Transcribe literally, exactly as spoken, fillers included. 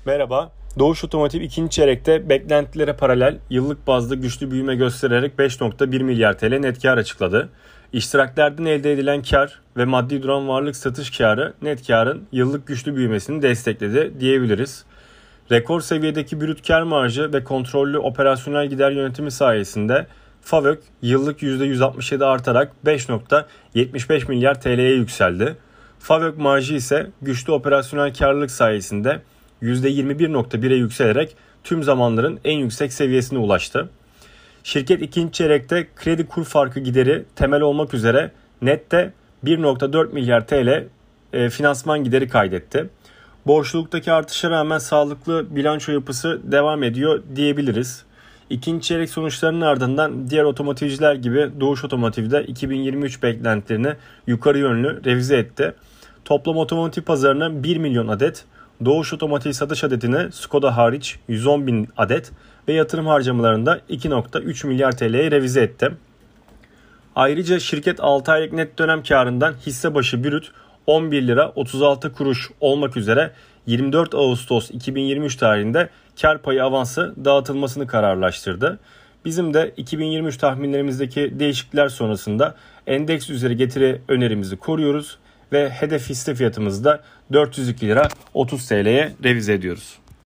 Merhaba. Doğuş Otomotiv ikinci çeyrekte beklentilere paralel yıllık bazda güçlü büyüme göstererek beş nokta bir milyar T L net kar açıkladı. İştiraklerden elde edilen kar ve maddi duran varlık satış karı net karın yıllık güçlü büyümesini destekledi diyebiliriz. Rekor seviyedeki brüt kar marjı ve kontrollü operasyonel gider yönetimi sayesinde FAVÖK yıllık yüzde yüz altmış yedi artarak beş nokta yetmiş beş milyar T L'ye yükseldi. FAVÖK marjı ise güçlü operasyonel karlılık sayesinde yüzde yirmi bir nokta bire yükselerek tüm zamanların en yüksek seviyesine ulaştı. Şirket ikinci çeyrekte kredi kur farkı gideri temel olmak üzere nette bir nokta dört milyar T L e, finansman gideri kaydetti. Borçluluktaki artışa rağmen sağlıklı bilanço yapısı devam ediyor diyebiliriz. İkinci çeyrek sonuçlarının ardından diğer otomotivciler gibi Doğuş Otomotiv de iki bin yirmi üç beklentilerini yukarı yönlü revize etti. Toplam otomotiv pazarına bir milyon adet, Doğuş Otomotiv satış adetini Skoda hariç yüz on bin adet ve yatırım harcamalarında iki nokta üç milyar T L'ye revize etti. Ayrıca şirket altı aylık net dönem karından hisse başı brüt on bir lira otuz altı kuruş olmak üzere yirmi dört Ağustos iki bin yirmi üç tarihinde kar payı avansı dağıtılmasını kararlaştırdı. Bizim de iki bin yirmi üç tahminlerimizdeki değişiklikler sonrasında endeks üzeri getiri önerimizi koruyoruz ve hedef hisse fiyatımızı da dört yüz iki lira otuz T L'ye revize ediyoruz.